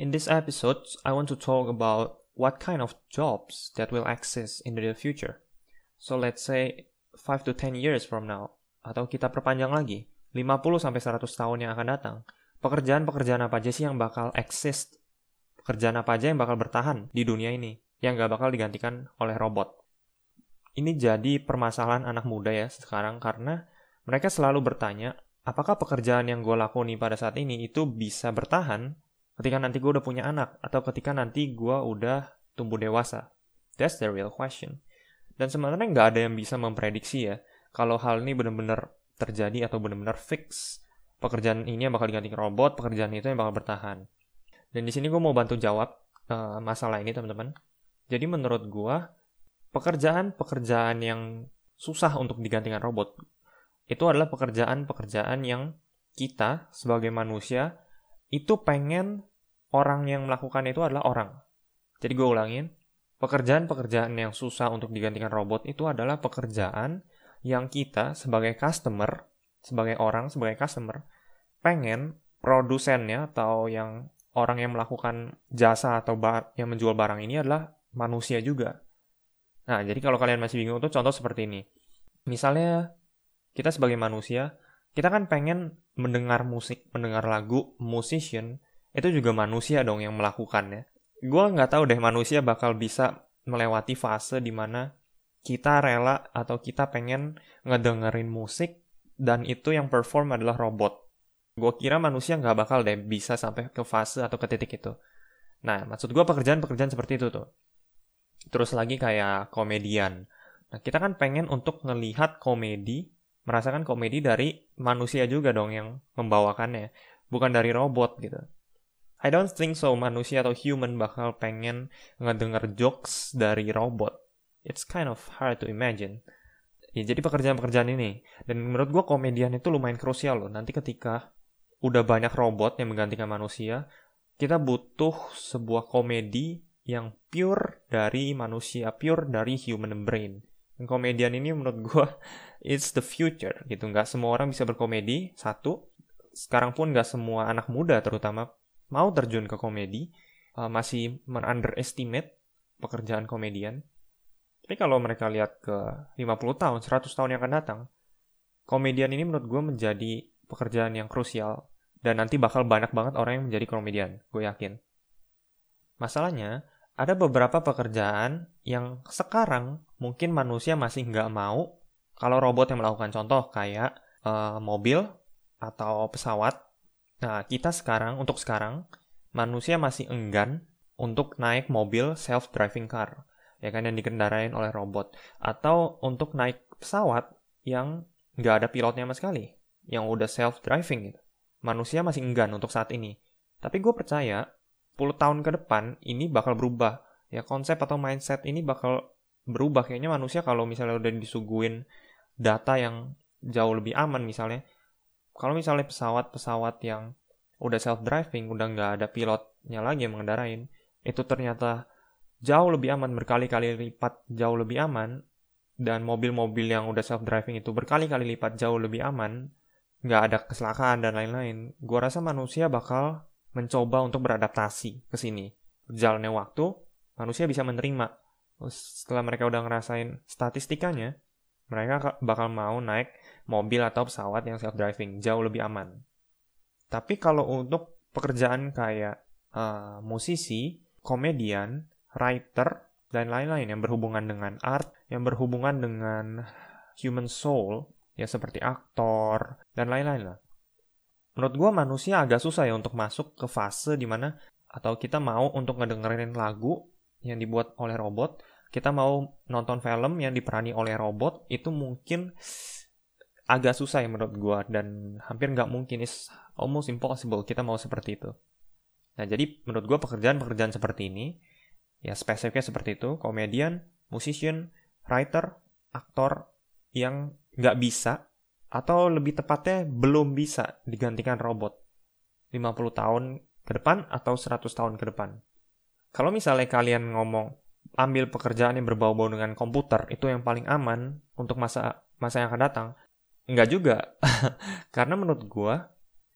In this episode, I want to talk about what kind of jobs that will exist in the future. So let's say 5 to 10 years from now, atau kita perpanjang lagi, 50 sampai 100 tahun yang akan datang. Pekerjaan-pekerjaan apa aja sih yang bakal exist? Pekerjaan apa aja yang bakal bertahan di dunia ini, yang gak bakal digantikan oleh robot? Ini jadi permasalahan anak muda ya sekarang, karena mereka selalu bertanya, apakah pekerjaan yang gue lakoni pada saat ini itu bisa bertahan ketika nanti gue udah punya anak, atau ketika nanti gue udah tumbuh dewasa? That's the real question. Dan sebenarnya nggak ada yang bisa memprediksi ya, kalau hal ini benar-benar terjadi atau benar-benar fix. Pekerjaan ini yang bakal digantikan robot, pekerjaan itu yang bakal bertahan. Dan di sini gue mau bantu jawab masalah ini teman-teman. Jadi menurut gue, pekerjaan-pekerjaan yang susah untuk digantikan robot, itu adalah pekerjaan-pekerjaan yang kita sebagai manusia itu pengen orang yang melakukan itu adalah orang. Jadi gue ulangin, pekerjaan-pekerjaan yang susah untuk digantikan robot itu adalah pekerjaan yang kita sebagai customer, sebagai orang, sebagai customer, pengen produsennya atau yang orang yang melakukan jasa atau yang menjual barang ini adalah manusia juga. Nah, jadi kalau kalian masih bingung tuh contoh seperti ini. Misalnya, kita sebagai manusia, kita kan pengen mendengar musik, mendengar lagu, musician, itu juga manusia dong yang melakukannya. Gue nggak tahu deh manusia bakal bisa melewati fase di mana kita rela atau kita pengen ngedengerin musik dan itu yang perform adalah robot. Gue kira manusia nggak bakal deh bisa sampai ke fase atau ke titik itu. Nah, maksud gue pekerjaan-pekerjaan seperti itu tuh. Terus lagi kayak komedian. Nah, kita kan pengen untuk ngelihat komedi, merasakan komedi dari manusia juga dong yang membawakannya, bukan dari robot gitu. I don't think so manusia atau human bakal pengen ngedenger jokes dari robot. It's kind of hard to imagine. Ya, jadi pekerjaan-pekerjaan ini. Dan menurut gue komedian itu lumayan krusial loh. Nanti ketika udah banyak robot yang menggantikan manusia, kita butuh sebuah komedi yang pure dari manusia, pure dari human brain. Dan komedian ini menurut gue, it's the future gitu. Nggak semua orang bisa berkomedi, satu. Sekarang pun nggak semua anak muda terutama mau terjun ke komedi, masih underestimate pekerjaan komedian. Tapi kalau mereka lihat ke 50 tahun, 100 tahun yang akan datang, komedian ini menurut gue menjadi pekerjaan yang krusial. Dan nanti bakal banyak banget orang yang menjadi komedian, gue yakin. Masalahnya, ada beberapa pekerjaan yang sekarang mungkin manusia masih nggak mau kalau robot yang melakukan. Contoh kayak mobil atau pesawat. Nah, untuk sekarang, manusia masih enggan untuk naik mobil self-driving car, ya kan, yang dikendarain oleh robot. Atau untuk naik pesawat yang nggak ada pilotnya sama sekali, yang udah self-driving gitu. Manusia masih enggan untuk saat ini. Tapi gue percaya, 10 tahun ke depan, ini bakal berubah. Ya, konsep atau mindset ini bakal berubah. Kayaknya manusia kalau misalnya udah disuguhin data yang jauh lebih aman misalnya, kalau misalnya pesawat-pesawat yang udah self-driving, udah nggak ada pilotnya lagi yang mengendarain, itu ternyata jauh lebih aman, berkali-kali lipat jauh lebih aman, dan mobil-mobil yang udah self-driving itu berkali-kali lipat jauh lebih aman, nggak ada kecelakaan dan lain-lain, gua rasa manusia bakal mencoba untuk beradaptasi ke sini. Berjalannya waktu, manusia bisa menerima. Setelah mereka udah ngerasain statistikanya, mereka bakal mau naik mobil atau pesawat yang self-driving, jauh lebih aman. Tapi kalau untuk pekerjaan kayak musisi, komedian, writer, dan lain-lain yang berhubungan dengan art, yang berhubungan dengan human soul, ya seperti aktor, dan lain-lain lah. Menurut gue manusia agak susah ya untuk masuk ke fase dimana, atau kita mau untuk ngedengerin lagu yang dibuat oleh robot, kita mau nonton film yang diperani oleh robot, itu mungkin agak susah ya menurut gue, dan hampir nggak mungkin, is almost impossible kita mau seperti itu. Nah, jadi menurut gue pekerjaan-pekerjaan seperti ini, ya spesifiknya seperti itu, komedian, musician, writer, aktor, yang nggak bisa, atau lebih tepatnya belum bisa digantikan robot 50 tahun ke depan atau 100 tahun ke depan. Kalau misalnya kalian ngomong, ambil pekerjaan yang berbau-bau dengan komputer, itu yang paling aman untuk masa yang akan datang, enggak juga. Karena menurut gue,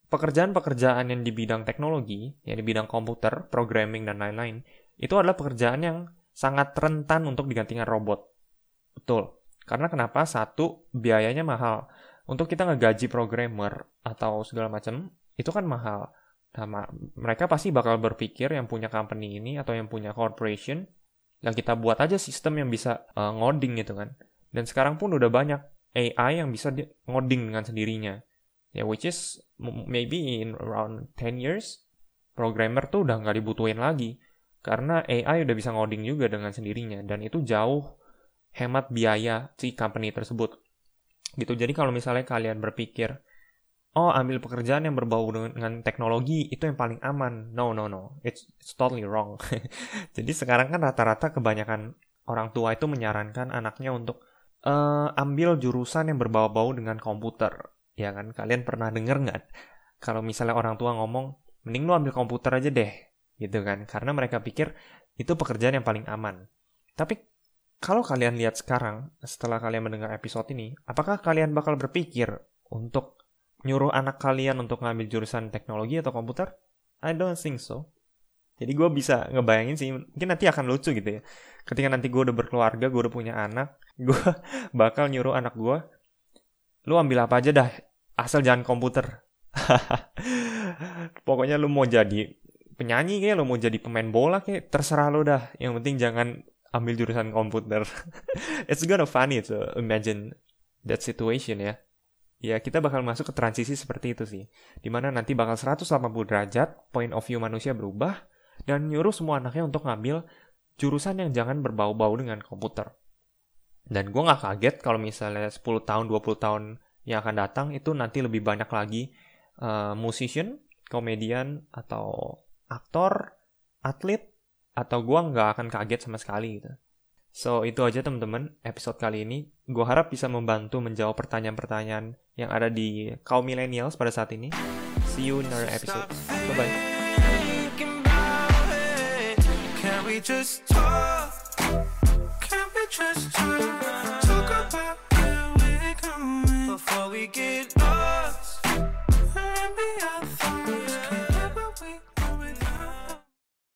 pekerjaan-pekerjaan yang di bidang teknologi, ya di bidang komputer, programming, dan lain-lain, itu adalah pekerjaan yang sangat rentan untuk digantikan robot. Betul. Karena kenapa? Satu, biayanya mahal. Untuk kita ngegaji programmer atau segala macam, itu kan mahal. Nah, mereka pasti bakal berpikir yang punya company ini atau yang punya corporation, yang kita buat aja sistem yang bisa ngoding gitu kan. Dan sekarang pun udah banyak AI yang bisa ngoding dengan sendirinya. Ya, which is maybe in around 10 years, programmer tuh udah nggak dibutuhin lagi. Karena AI udah bisa ngoding juga dengan sendirinya. Dan itu jauh hemat biaya si company tersebut. Gitu. Jadi kalau misalnya kalian berpikir, oh ambil pekerjaan yang berbau dengan teknologi, itu yang paling aman. No. It's totally wrong. Jadi sekarang kan rata-rata kebanyakan orang tua itu menyarankan anaknya untuk ambil jurusan yang berbau-bau dengan komputer. Ya kan, kalian pernah denger nggak? Kalau misalnya orang tua ngomong, mending lu ambil komputer aja deh. Gitu kan, karena mereka pikir itu pekerjaan yang paling aman. Tapi kalau kalian lihat sekarang, setelah kalian mendengar episode ini, apakah kalian bakal berpikir untuk nyuruh anak kalian untuk ngambil jurusan teknologi atau komputer? I don't think so. Jadi gue bisa ngebayangin sih, mungkin nanti akan lucu gitu ya. Ketika nanti gue udah berkeluarga, gue udah punya anak, gue bakal nyuruh anak gue, lu ambil apa aja dah, asal jangan komputer. Pokoknya lu mau jadi penyanyi kayak, lu mau jadi pemain bola kayak, terserah lu dah. Yang penting jangan ambil jurusan komputer. It's gonna funny to imagine that situation ya. Ya, kita bakal masuk ke transisi seperti itu sih. Dimana nanti bakal 180 derajat, point of view manusia berubah, dan nyuruh semua anaknya untuk ngambil jurusan yang jangan berbau-bau dengan komputer. Dan gue gak kaget kalau misalnya 10 tahun, 20 tahun yang akan datang, itu nanti lebih banyak lagi musician, komedian, atau aktor, atlet, atau gue nggak akan kaget sama sekali gitu. So, itu aja teman-teman episode kali ini. Gue harap bisa membantu menjawab pertanyaan-pertanyaan yang ada di kaum millennials pada saat ini. See you in another episode. Bye-bye. Can we just talk?